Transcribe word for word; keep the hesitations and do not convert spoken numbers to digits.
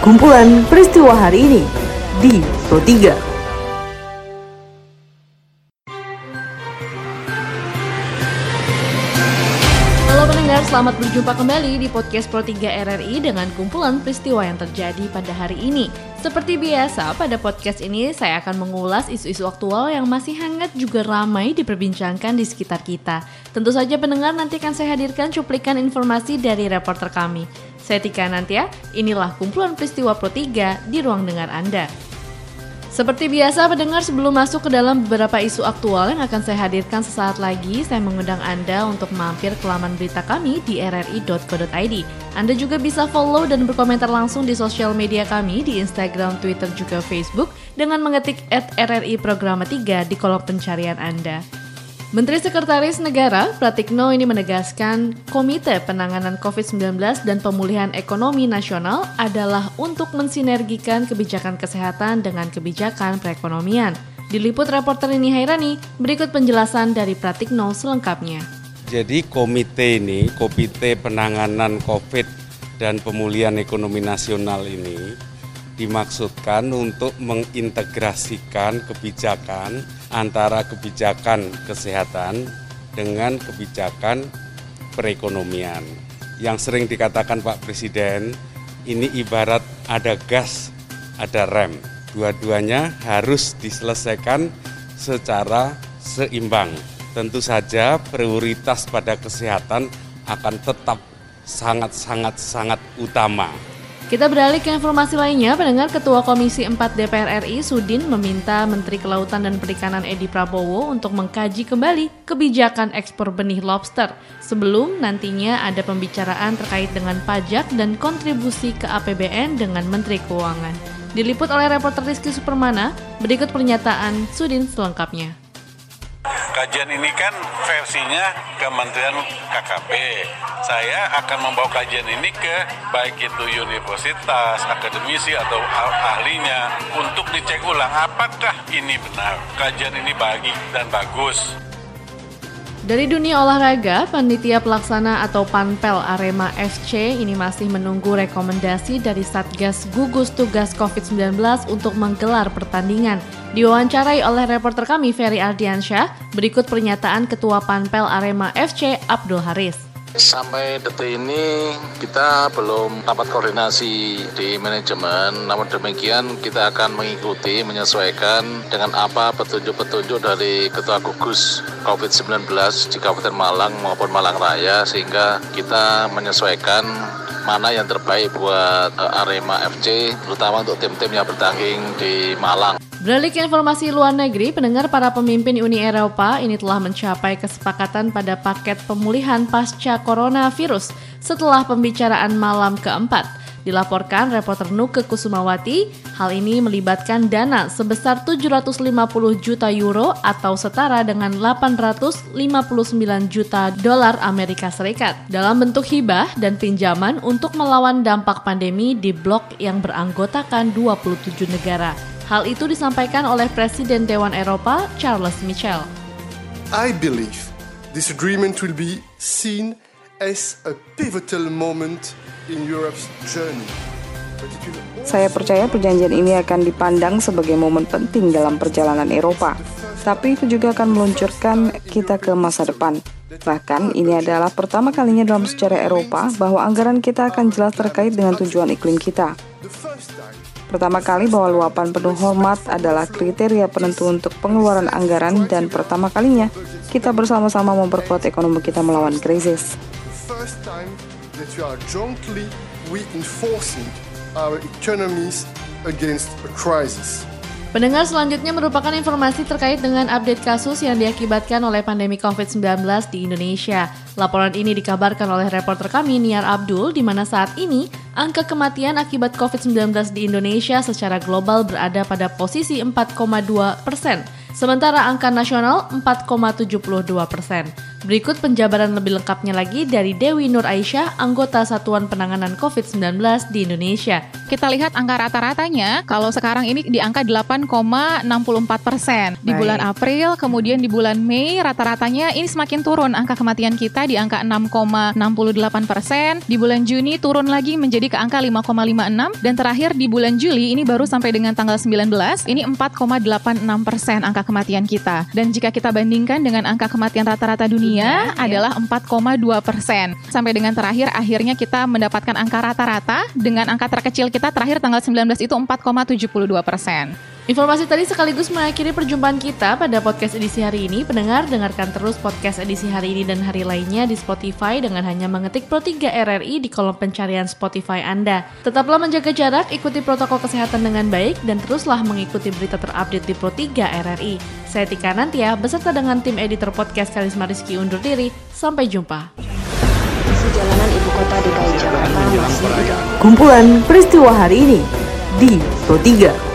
Kumpulan peristiwa hari ini di Pro tiga. Halo pendengar, selamat berjumpa kembali di podcast Pro tiga R R I dengan kumpulan peristiwa yang terjadi pada hari ini. Seperti biasa, pada podcast ini saya akan mengulas isu-isu aktual yang masih hangat juga ramai diperbincangkan di sekitar kita. Tentu saja pendengar, nanti akan saya hadirkan cuplikan informasi dari reporter kami. Saya Tika Nantia, inilah kumpulan peristiwa Pro tiga di ruang dengar Anda. Seperti biasa pendengar, sebelum masuk ke dalam beberapa isu aktual yang akan saya hadirkan sesaat lagi, saya mengundang Anda untuk mampir ke laman berita kami di r r i dot co dot i d. Anda juga bisa follow dan berkomentar langsung di sosial media kami di Instagram, Twitter, juga Facebook dengan mengetik et r r i programa tiga di kolom pencarian Anda. Menteri Sekretaris Negara Pratikno ini menegaskan Komite Penanganan covid sembilan belas dan Pemulihan Ekonomi Nasional adalah untuk mensinergikan kebijakan kesehatan dengan kebijakan perekonomian. Diliput reporter Nini Hairani, berikut penjelasan dari Pratikno selengkapnya. Jadi komite ini, Komite Penanganan Covid dan Pemulihan Ekonomi Nasional ini dimaksudkan untuk mengintegrasikan kebijakan antara kebijakan kesehatan dengan kebijakan perekonomian. Yang sering dikatakan Pak Presiden, ini ibarat ada gas, ada rem. Dua-duanya harus diselesaikan secara seimbang. Tentu saja prioritas pada kesehatan akan tetap sangat-sangat-sangat utama. Kita beralih ke informasi lainnya, pendengar. Ketua Komisi empat D P R R I Sudin meminta Menteri Kelautan dan Perikanan Edi Prabowo untuk mengkaji kembali kebijakan ekspor benih lobster sebelum nantinya ada pembicaraan terkait dengan pajak dan kontribusi ke A P B N dengan Menteri Keuangan. Diliput oleh reporter Rizky Supermana, berikut pernyataan Sudin selengkapnya. Kajian ini kan versinya Kementerian K K P. Saya akan membawa kajian ini ke baik itu universitas, akademisi atau ahlinya untuk dicek ulang apakah ini benar. Kajian ini baik dan bagus. Dari dunia olahraga, panitia pelaksana atau Panpel Arema F C ini masih menunggu rekomendasi dari Satgas Gugus Tugas covid sembilan belas untuk menggelar pertandingan. Diwawancarai oleh reporter kami Ferry Ardiansyah, berikut pernyataan Ketua Panpel Arema F C Abdul Haris. Sampai detik ini kita belum dapat koordinasi di manajemen, namun demikian kita akan mengikuti, menyesuaikan dengan apa petunjuk-petunjuk dari Ketua Gugus covid sembilan belas di Kabupaten Malang maupun Malang Raya, sehingga kita menyesuaikan mana yang terbaik buat Arema F C, terutama untuk tim-tim yang bertanding di Malang. Beralih ke informasi luar negeri, pendengar, para pemimpin Uni Eropa ini telah mencapai kesepakatan pada paket pemulihan pasca coronavirus setelah pembicaraan malam keempat. Dilaporkan reporter Nuke Kusumawati, hal ini melibatkan dana sebesar tujuh ratus lima puluh juta euro atau setara dengan delapan ratus lima puluh sembilan juta dolar Amerika Serikat dalam bentuk hibah dan pinjaman untuk melawan dampak pandemi di blok yang beranggotakan dua puluh tujuh negara. Hal itu disampaikan oleh Presiden Dewan Eropa Charles Michel. I believe this agreement will be seen as a pivotal moment in Europe's journey. Saya percaya perjanjian ini akan dipandang sebagai momen penting dalam perjalanan Eropa, tapi itu juga akan meluncurkan kita ke masa depan. Bahkan ini adalah pertama kalinya dalam sejarah Eropa bahwa anggaran kita akan jelas terkait dengan tujuan iklim kita. Pertama kali bahwa luapan penuh hormat adalah kriteria penentu untuk pengeluaran anggaran, dan pertama kalinya kita bersama-sama memperkuat ekonomi kita melawan krisis. Pendengar, selanjutnya merupakan informasi terkait dengan update kasus yang diakibatkan oleh pandemi covid sembilan belas di Indonesia. Laporan ini dikabarkan oleh reporter kami Niar Abdul, di mana saat ini angka kematian akibat covid sembilan belas di Indonesia secara global berada pada posisi empat koma dua persen, sementara angka nasional empat koma tujuh dua persen. Berikut penjabaran lebih lengkapnya lagi dari Dewi Nur Aisyah, anggota Satuan Penanganan covid sembilan belas di Indonesia. Kita lihat angka rata-ratanya, kalau sekarang ini di angka delapan koma enam empat persen. Di bulan April, kemudian di bulan Mei, rata-ratanya ini semakin turun. Angka kematian kita di angka enam koma enam delapan persen. Di bulan Juni turun lagi menjadi ke angka lima koma lima enam. Dan terakhir di bulan Juli, ini baru sampai dengan tanggal sembilan belas, ini empat koma delapan enam persen angka kematian kita. Dan jika kita bandingkan dengan angka kematian rata-rata dunia, Ya, adalah empat koma dua persen. Sampai dengan terakhir akhirnya kita mendapatkan angka rata-rata dengan angka terkecil kita terakhir tanggal sembilan belas itu empat koma tujuh dua persen. Informasi tadi sekaligus mengakhiri perjumpaan kita pada podcast edisi hari ini. Pendengar, dengarkan terus podcast edisi hari ini dan hari lainnya di Spotify dengan hanya mengetik Pro tiga R R I di kolom pencarian Spotify Anda. Tetaplah menjaga jarak, ikuti protokol kesehatan dengan baik, dan teruslah mengikuti berita terupdate di Pro tiga R R I. Saya Tika Nantia, beserta dengan tim editor podcast Karisma Rizky undur diri. Sampai jumpa. Jalanan ibu kota D K I Jakarta masih Kumpulan peristiwa hari ini di Pro tiga.